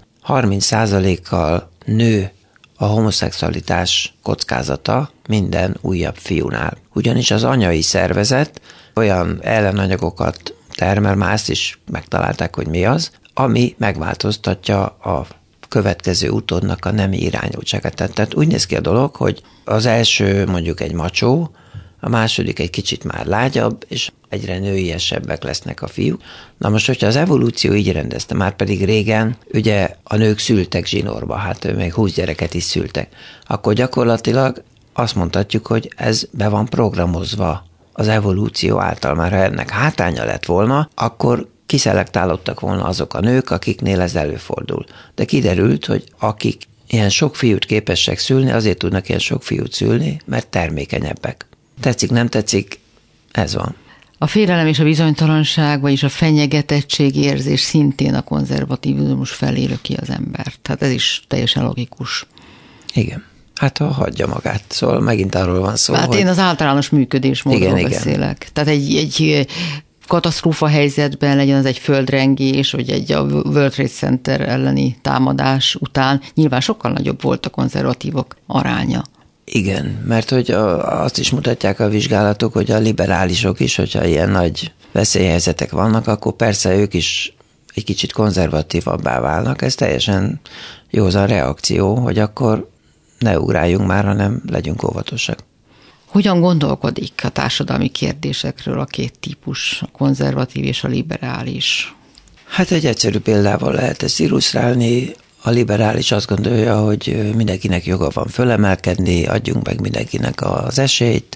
30%-kal nő a homoszexualitás kockázata minden újabb fiúnál. Ugyanis az anyai szervezet olyan ellenanyagokat termel, már ezt is megtalálták, hogy mi az, ami megváltoztatja a következő utódnak a nemi irányultságát. Tehát úgy néz ki a dolog, hogy az első mondjuk egy macsó, a második egy kicsit már lágyabb, és egyre nőiesebbek lesznek a fiúk. Na most, hogyha az evolúció így rendezte, már pedig régen ugye a nők szültek zsinórba, hát még 20 gyereket is szültek, akkor gyakorlatilag azt mondhatjuk, hogy ez be van programozva az evolúció által. Már ha ennek hátránya lett volna, akkor kiszelektálódtak volna azok a nők, akiknél ez előfordul. De kiderült, hogy akik ilyen sok fiút képesek szülni, azért tudnak ilyen sok fiút szülni, mert termékenyebbek. Tetszik, nem tetszik, ez van. A félelem és a bizonytalanság, vagyis a fenyegetettség érzés szintén a konzervatívizmus felé löki az embert. Tehát ez is teljesen logikus. Igen. Hát ha hagyja magát. Szóval megint arról van szó, hát hogy... én az általános működésmódról beszélek. Tehát egy katasztrófa helyzetben, legyen az egy földrengés, vagy egy a World Trade Center elleni támadás után nyilván sokkal nagyobb volt a konzervatívok aránya. Igen, mert hogy azt is mutatják a vizsgálatok, hogy a liberálisok is, hogyha ilyen nagy veszélyhelyzetek vannak, akkor persze ők is egy kicsit konzervatívabbá válnak. Ez teljesen józan reakció, hogy akkor ne ugráljunk már, hanem legyünk óvatosak. Hogyan gondolkodik a társadalmi kérdésekről a két típus, a konzervatív és a liberális? Hát egy egyszerű példával lehet ezt illusztrálni. A liberális azt gondolja, hogy mindenkinek joga van fölemelkedni, adjunk meg mindenkinek az esélyt.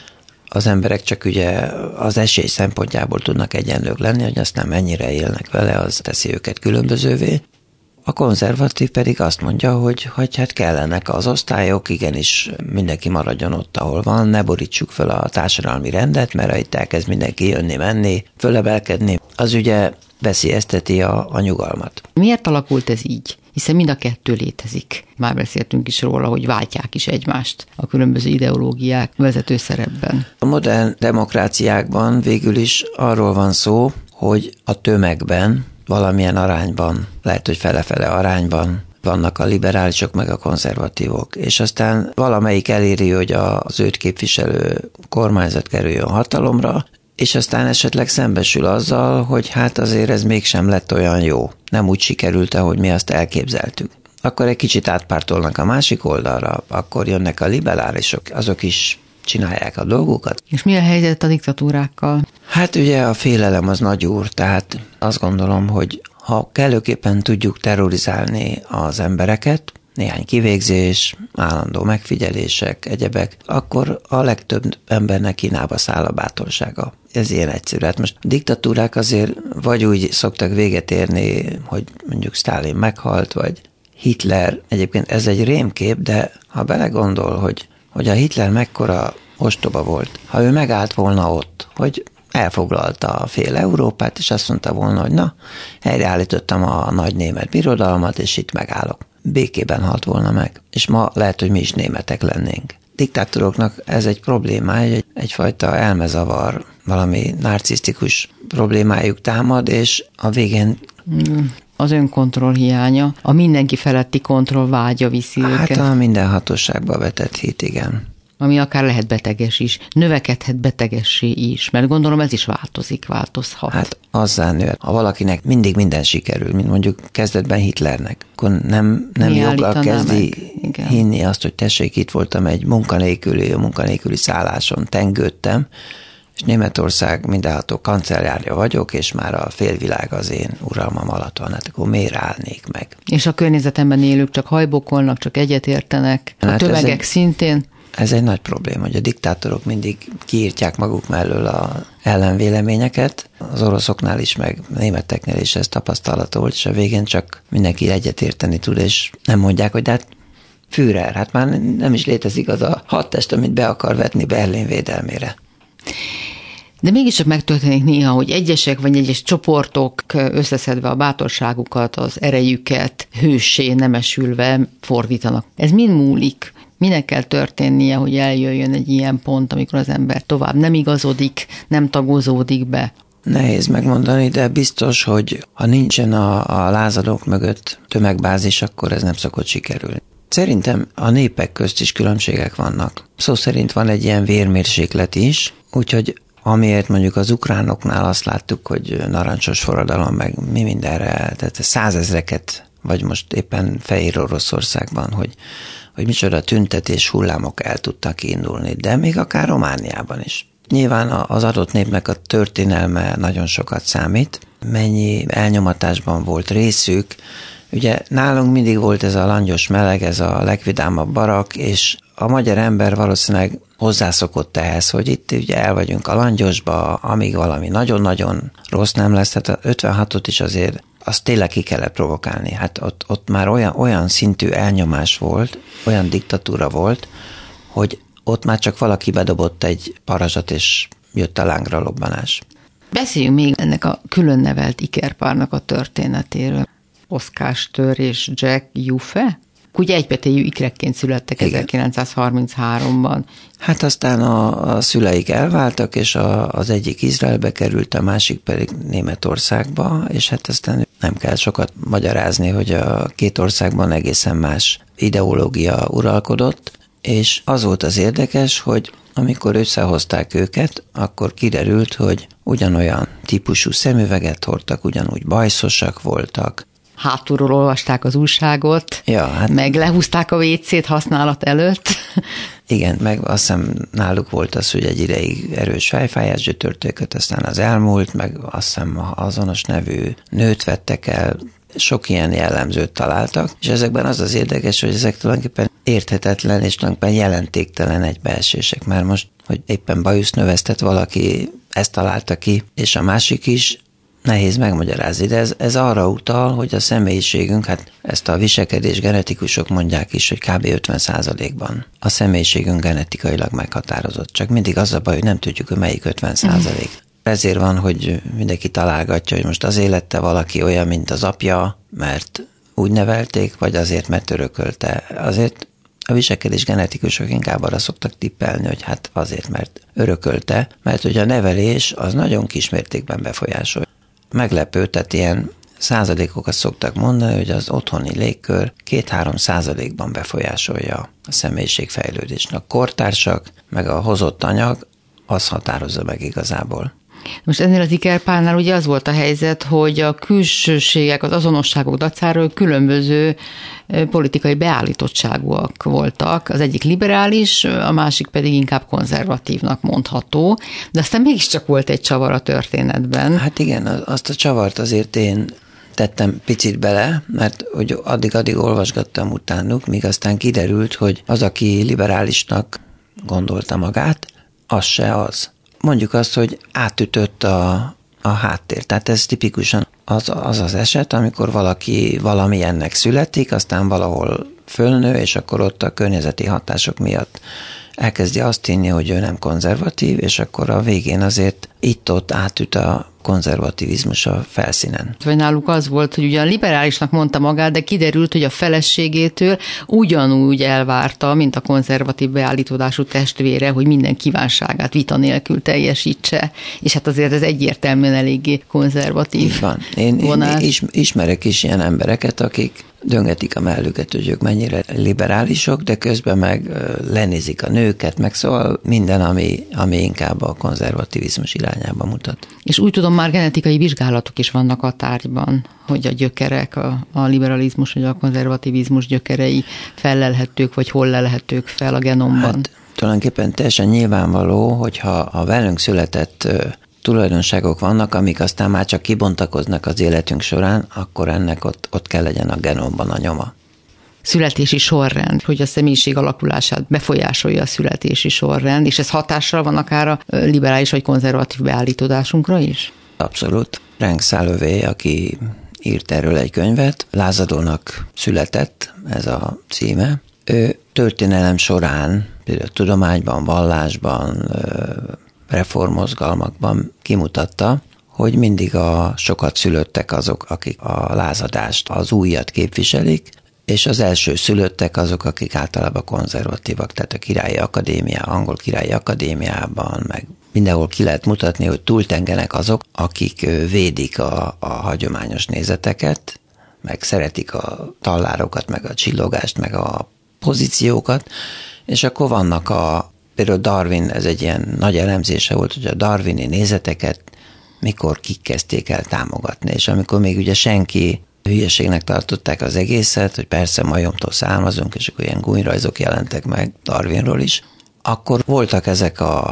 Az emberek csak ugye az esély szempontjából tudnak egyenlők lenni, hogy azt nem mennyire élnek vele, az teszi őket különbözővé. A konzervatív pedig azt mondja, hogy hát kellenek az osztályok, igenis mindenki maradjon ott, ahol van, ne borítsuk fel a társadalmi rendet, mert itt elkezd mindenki jönni-menni, fölemelkedni. Az ugye veszélyezteti a nyugalmat. Miért alakult ez így? Hiszen mind a kettő létezik. Már beszéltünk is róla, hogy váltják is egymást a különböző ideológiák vezető szerepben. A modern demokráciákban végül is arról van szó, hogy a tömegben valamilyen arányban, lehet, hogy fele-fele arányban vannak a liberálisok meg a konzervatívok, és aztán valamelyik eléri, hogy az őt képviselő kormányzat kerüljön hatalomra, és aztán esetleg szembesül azzal, hogy hát azért ez mégsem lett olyan jó. Nem úgy sikerült, ahogy mi azt elképzeltük. Akkor egy kicsit átpártolnak a másik oldalra, akkor jönnek a liberálisok, azok is csinálják a dolgukat. És mi a helyzet a diktatúrákkal? Hát ugye a félelem az nagy úr, tehát azt gondolom, hogy ha kellőképpen tudjuk terrorizálni az embereket, néhány kivégzés, állandó megfigyelések, egyebek, akkor a legtöbb embernek Kínába száll a bátorsága. Ez ilyen egyszerű. Hát most a diktatúrák azért vagy úgy szoktak véget érni, hogy mondjuk Sztálin meghalt, vagy Hitler. Egyébként ez egy rémkép, de ha belegondol, hogy a Hitler mekkora ostoba volt, ha ő megállt volna ott, hogy elfoglalta a fél Európát, és azt mondta volna, hogy na, helyreállítottam a nagy német birodalmat, és itt megállok. Békében halt volna meg, és ma lehet, hogy mi is németek lennénk. Diktátoroknak ez egy problémája, egyfajta elmezavar, valami narcisztikus problémájuk támad, és a végén... Az önkontroll hiánya, a mindenki feletti kontroll vágya viszi őket. Hát a minden hatóságba vetett hit, igen. Ami akár lehet beteges is, növekedhet betegessé is, mert gondolom ez is változhat. Hát azzá nő. Ha valakinek mindig minden sikerül, mint mondjuk kezdetben Hitlernek, akkor nem joggal kezdi hinni azt, hogy tessék, itt voltam egy munkanélküli szálláson, tengődtem, és Németország mindenható kancellárja vagyok, és már a félvilág az én uralmam alatt van, hát akkor miért állnék meg? És a környezetemben élők csak hajbokolnak, csak egyetértenek, a tömegek szintén. Ez egy nagy probléma, hogy a diktátorok mindig kiírtják maguk mellől az ellenvéleményeket. Az oroszoknál is, meg németeknél is ez tapasztalható volt, és a végén csak mindenki egyetérteni tud, és nem mondják, hogy de hát Führer, hát már nem is létezik az a hadtest, amit be akar vetni Berlin védelmére. De mégiscsak megtörténik néha, hogy egyesek vagy egyes csoportok összeszedve a bátorságukat, az erejüket, hőssé nemesülve fordítanak. Ez mind múlik? Minek kell történnie, hogy eljöjjön egy ilyen pont, amikor az ember tovább nem igazodik, nem tagozódik be? Nehéz megmondani, de biztos, hogy ha nincsen a lázadók mögött tömegbázis, akkor ez nem szokott sikerülni. Szerintem a népek közt is különbségek vannak. Szó szerint van egy ilyen vérmérséklet is, úgyhogy amiért mondjuk az ukránoknál azt láttuk, hogy narancsos forradalom, meg mi mindenre, tehát 100 000-eket, vagy most éppen Fehér Oroszországban, hogy micsoda tüntetés hullámok el tudtak indulni, de még akár Romániában is. Nyilván az adott népnek a történelme nagyon sokat számít, mennyi elnyomatásban volt részük. Ugye nálunk mindig volt ez a langyos meleg, ez a legvidámabb barak, és a magyar ember valószínűleg hozzászokott ehhez, hogy itt ugye el vagyunk a langyosba, amíg valami nagyon-nagyon rossz nem lesz. Tehát a 56-ot is azért azt tényleg ki kellett provokálni. Hát ott már olyan szintű elnyomás volt, olyan diktatúra volt, hogy ott már csak valaki bedobott egy parazsat, és jött a lángra lobbanás. Beszéljünk még ennek a külön nevelt ikerpárnak a történetéről. Oscar Stör és Jack Juffe? Ugye egybetéjű ikrekként születtek 1933-ban. Hát aztán a szüleik elváltak, és az egyik Izraelbe került, a másik pedig Németországba, és hát aztán nem kell sokat magyarázni, hogy a két országban egészen más ideológia uralkodott, és az volt az érdekes, hogy amikor összehozták őket, akkor kiderült, hogy ugyanolyan típusú szemüveget hordtak, ugyanúgy bajszosak voltak. Hátulról olvasták az újságot, meg lehúzták a WC-t használat előtt. Igen, meg azt hiszem náluk volt az, hogy egy ideig erős fejfájás gyötörték, aztán az elmúlt, meg azt hiszem azonos nevű nőt vettek el, sok ilyen jellemzőt találtak, és ezekben az érdekes, hogy ezek tulajdonképpen érthetetlen és tulajdonképpen jelentéktelen egybeesések, mert most, hogy éppen bajuszt növesztett valaki, ezt találta ki, és a másik is, nehéz megmagyarázni, de ez arra utal, hogy a személyiségünk, hát ezt a viselkedés genetikusok mondják is, hogy kb. 50%-ban a személyiségünk genetikailag meghatározott. Csak mindig az a baj, hogy nem tudjuk, hogy melyik 50%. Ezért van, hogy mindenki találgatja, hogy most azért lett valaki olyan, mint az apja, mert úgy nevelték, vagy azért, mert örökölte. Azért a viselkedés genetikusok inkább arra szoktak tippelni, hogy hát azért, mert örökölte, mert hogy a nevelés az nagyon kismértékben befolyásol. Meglepő, tehát ilyen százalékokat szoktak mondani, hogy az otthoni légkör 2-3%-ban befolyásolja a személyiségfejlődést. A kortársak, meg a hozott anyag, az határozza meg igazából. Most ennél az ikerpárnál ugye az volt a helyzet, hogy a külsőségek, az azonosságok dacáról különböző politikai beállítottságúak voltak. Az egyik liberális, a másik pedig inkább konzervatívnak mondható, de aztán mégiscsak volt egy csavar a történetben. Hát igen, azt a csavart azért én tettem picit bele, mert hogy addig olvasgattam utánuk, míg aztán kiderült, hogy az, aki liberálisnak gondolta magát, az se az. Mondjuk azt, hogy átütött a háttér. Tehát ez tipikusan az eset, amikor valaki valamilyennek születik, aztán valahol fölnő, és akkor ott a környezeti hatások miatt elkezdi azt hinni, hogy ő nem konzervatív, és akkor a végén azért itt-ott átüt a konzervativizmus a felszínen. Vagy náluk az volt, hogy ugyan liberálisnak mondta magát, de kiderült, hogy a feleségétől ugyanúgy elvárta, mint a konzervatív beállítódású testvére, hogy minden kívánságát vita nélkül teljesítse. És hát azért ez egyértelműen eléggé konzervatív. Így van. Én ismerek is ilyen embereket, akik döngetik a mellüket, hogy ők mennyire liberálisok, de közben meg lenézik a nőket, meg szóval minden, ami inkább a konzervativizmus irányába mutat. És úgy tudom, már genetikai vizsgálatok is vannak a tárgyban, hogy a gyökerek, a liberalizmus vagy a konzervativizmus gyökerei fellelhetők, vagy hol lelhetők fel a genomban. Hát tulajdonképpen teljesen nyilvánvaló, hogyha a velünk született tulajdonságok vannak, amik aztán már csak kibontakoznak az életünk során, akkor ennek ott kell legyen a genomban a nyoma. Születési sorrend, hogy a személyiség alakulását befolyásolja a születési sorrend, és ez hatással van akár a liberális vagy konzervatív beállítódásunkra is? Abszolút. Frank Salovey, aki írt erről egy könyvet, lázadónak született, ez a címe. Ő történelem során, például tudományban, vallásban, reformmozgalmakban kimutatta, hogy mindig a sokat szülöttek azok, akik a lázadást, az újat képviselik, és az első szülöttek azok, akik általában konzervatívak, tehát a Királyi Akadémia, Angol Királyi Akadémiában, meg mindenhol ki lehet mutatni, hogy túltengenek azok, akik védik a hagyományos nézeteket, meg szeretik a tallárokat, meg a csillogást, meg a pozíciókat, és akkor vannak például Darwin, ez egy ilyen nagy elemzése volt, hogy a darwini nézeteket mikor kik kezdték el támogatni, és amikor még ugye senki hülyeségnek tartották az egészet, hogy persze majomtól származunk, és akkor ilyen gúnyrajzok jelentek meg Darwinról is, akkor voltak ezek a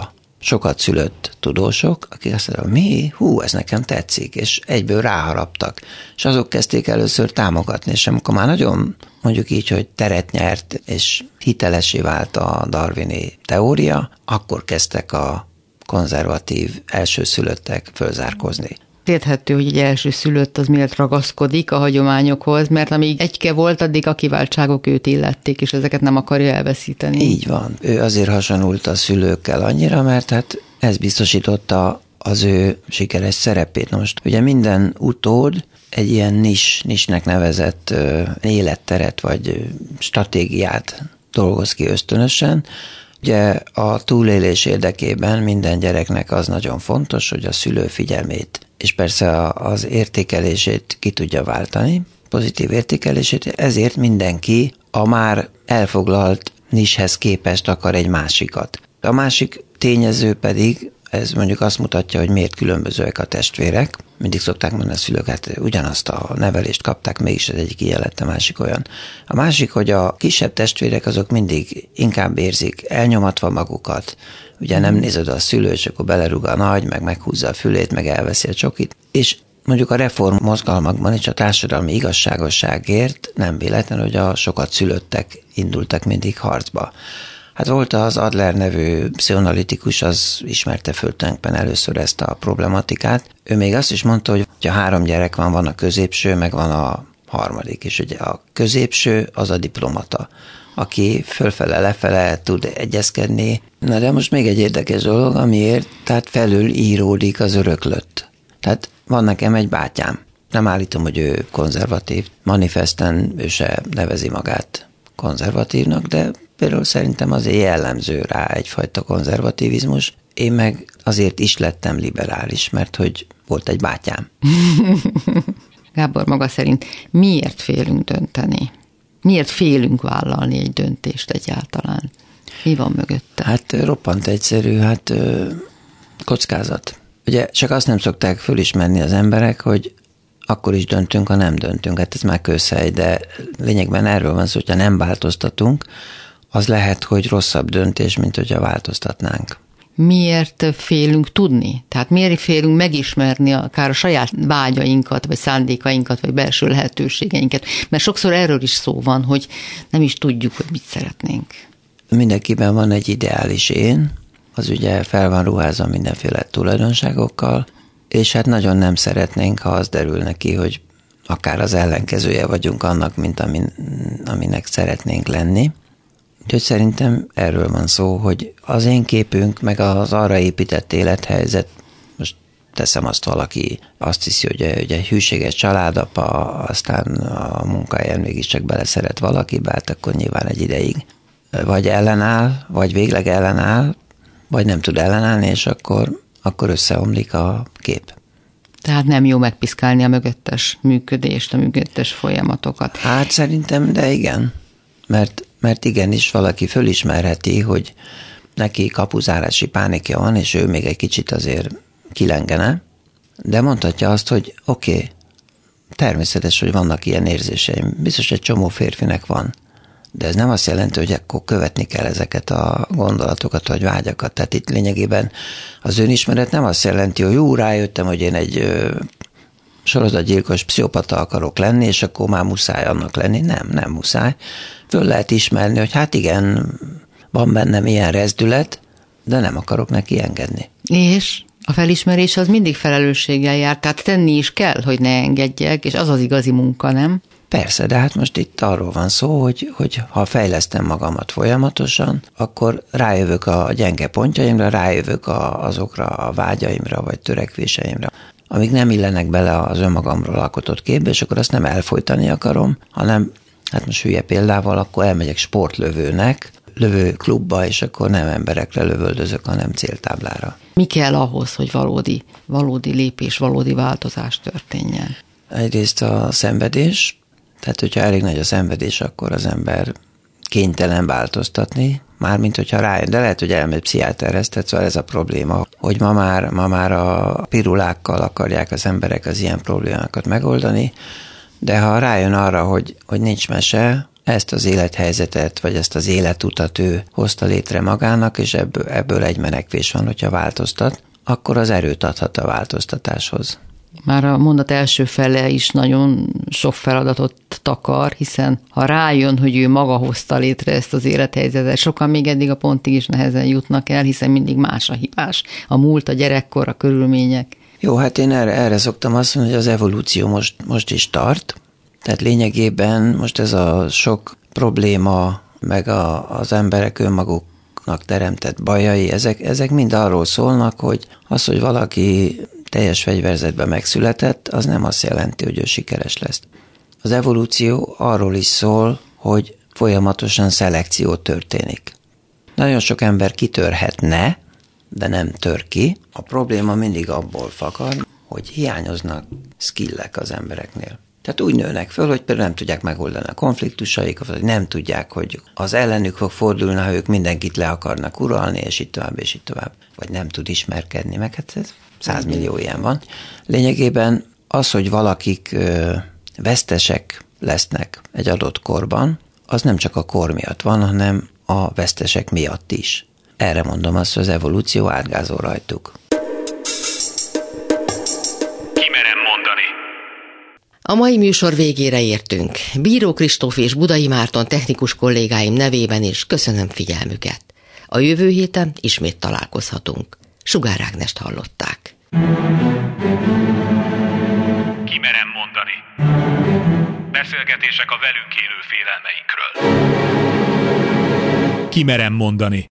sokat szülött tudósok, akik azt mondják, mi? Ez nekem tetszik, és egyből ráharaptak. És azok kezdték először támogatni, és amikor már nagyon, mondjuk így, hogy teret nyert, és hitelessé vált a darwini teória, akkor kezdtek a konzervatív elsőszülöttek fölzárkózni. Érthető, hogy egy elsőszülött az miért ragaszkodik a hagyományokhoz, mert amíg egyke volt, addig a kiváltságok őt illették, és ezeket nem akarja elveszíteni. Így van. Ő azért hasonlult a szülőkkel annyira, mert hát ez biztosította az ő sikeres szerepét. Na most ugye minden utód egy ilyen nisnek nevezett életteret vagy stratégiát dolgoz ki ösztönösen. Ugye a túlélés érdekében minden gyereknek az nagyon fontos, hogy a szülő figyelmét és persze az értékelését ki tudja váltani, pozitív értékelését, ezért mindenki a már elfoglalt nishez képest akar egy másikat. A másik tényező pedig, ez mondjuk azt mutatja, hogy miért különbözőek a testvérek. Mindig szokták mondani a szülők, hát ugyanazt a nevelést kapták, mégis az egyik ilyen lett, a másik olyan. A másik, hogy a kisebb testvérek azok mindig inkább érzik elnyomatva magukat. Ugye nem nézed a szülő, és akkor belerúg a nagy, meg meghúzza a fülét, meg elveszi a csokit. És mondjuk a reform mozgalmakban és a társadalmi igazságosságért nem véletlen, hogy a sokat szülöttek indultak mindig harcba. Hát volt az Adler nevű pszichoanalitikus, az ismerte föl tulajdonképpen először ezt a problematikát. Ő még azt is mondta, hogy ha 3 gyerek van a középső, meg van a harmadik, és ugye a középső az a diplomata, aki fölfele-lefele tud egyezkedni. Na de most még egy érdekes dolog, amiért tehát felül íródik az öröklött. Tehát van nekem egy bátyám. Nem állítom, hogy ő konzervatív. Manifesten ő se nevezi magát konzervatívnak, de például szerintem azért jellemző rá egyfajta konzervativizmus. Én meg azért is lettem liberális, mert hogy volt egy bátyám. Gábor maga szerint miért félünk dönteni? Miért félünk vállalni egy döntést egyáltalán? Mi van mögötte? Hát roppant egyszerű, kockázat. Ugye csak azt nem szokták fölismerni az emberek, hogy akkor is döntünk, ha nem döntünk. Hát ez már közhely, de lényegben erről van szó, hogyha nem változtatunk, az lehet, hogy rosszabb döntés, mint hogyha változtatnánk. Miért félünk tudni? Tehát miért félünk megismerni akár a saját vágyainkat, vagy szándékainkat, vagy belső lehetőségeinket? Mert sokszor erről is szó van, hogy nem is tudjuk, hogy mit szeretnénk. Mindenkiben van egy ideális én, az ugye fel van ruházva mindenféle tulajdonságokkal, és hát nagyon nem szeretnénk, ha az derül neki, hogy akár az ellenkezője vagyunk annak, mint aminek szeretnénk lenni. Úgyhogy szerintem erről van szó, hogy az én képünk, meg az arra épített élethelyzet, most teszem azt, valaki azt hiszi, hogy egy hűséges családapa, aztán a munkahelyen mégiscsak beleszeret valakibe, hát akkor nyilván egy ideig vagy ellenáll, vagy végleg ellenáll, vagy nem tud ellenállni, és akkor összeomlik a kép. Tehát nem jó megpiszkálni a mögöttes működést, a mögöttes folyamatokat. Hát szerintem, de igen. Mert igenis valaki fölismerheti, hogy neki kapuzárási pánikja van, és ő még egy kicsit azért kilengene, de mondhatja azt, hogy oké, természetes, hogy vannak ilyen érzéseim. Biztos egy csomó férfinek van. De ez nem azt jelenti, hogy akkor követni kell ezeket a gondolatokat vagy vágyakat. Tehát itt lényegében az önismeret nem azt jelenti, hogy rájöttem, hogy én egy sorozatgyilkos pszichopata akarok lenni, és akkor már muszáj annak lenni. Nem muszáj. Föl lehet ismerni, hogy hát igen, van bennem ilyen rezdület, de nem akarok neki engedni. És a felismerés az mindig felelősséggel jár, tehát tenni is kell, hogy ne engedjek, és az az igazi munka, nem? Persze, de hát most itt arról van szó, hogy ha fejlesztem magamat folyamatosan, akkor rájövök a gyenge pontjaimra, rájövök azokra a vágyaimra, vagy törekvéseimre, amik nem illenek bele az önmagamról alkotott képbe, és akkor azt nem elfolytani akarom, hanem, hát most hülye példával, akkor elmegyek sportlövőnek, lövőklubba, és akkor nem emberekre lövöldözök, hanem céltáblára. Mi kell ahhoz, hogy valódi lépés, valódi változás történjen? Egyrészt a szenvedés, tehát hogyha elég nagy a szenvedés, akkor az ember kénytelen változtatni, mármint hogyha rájön, de lehet, hogy elmegy pszichiáterhez, tehát szóval ez a probléma, hogy ma már a pirulákkal akarják az emberek az ilyen problémákat megoldani, de ha rájön arra, hogy nincs mese, ezt az élethelyzetet, vagy ezt az életutat ő hozta létre magának, és ebből egy menekvés van, hogyha változtat, akkor az erőt adhat a változtatáshoz. Már a mondat első fele is nagyon sok feladatot takar, hiszen ha rájön, hogy ő maga hozta létre ezt az élethelyzetet, sokan még eddig a pontig is nehezen jutnak el, hiszen mindig más a hibás. A múlt, a gyerekkor, a körülmények. Jó, hát én erre szoktam azt mondani, hogy az evolúció most is tart. Tehát lényegében most ez a sok probléma, meg az emberek önmaguknak teremtett bajai, ezek mind arról szólnak, hogy az, hogy valaki teljes fegyverzetben megszületett, az nem azt jelenti, hogy ő sikeres lesz. Az evolúció arról is szól, hogy folyamatosan szelekció történik. Nagyon sok ember kitörhetne, de nem tör ki. A probléma mindig abból fakad, hogy hiányoznak skillek az embereknél. Tehát úgy nőnek föl, hogy például nem tudják megoldani a konfliktusaikat, vagy nem tudják, hogy az ellenük fog fordulni, ha ők mindenkit le akarnak uralni, és így tovább, és így tovább. Vagy nem tud ismerkedni, meg hát ez 100 millió ilyen van. Lényegében az, hogy valakik vesztesek lesznek egy adott korban, az nem csak a kor miatt van, hanem a vesztesek miatt is. Erre mondom azt, hogy az evolúció átgázol rajtuk. Kimerem mondani. A mai műsor végére értünk. Bíró Kristóf és Budai Márton technikus kollégáim nevében is köszönöm figyelmüket. A jövő héten ismét találkozhatunk. Sugár Ágnest hallották. Kimerem mondani. Beszélgetések a velünk élő félelmeinkről. Kimerem mondani.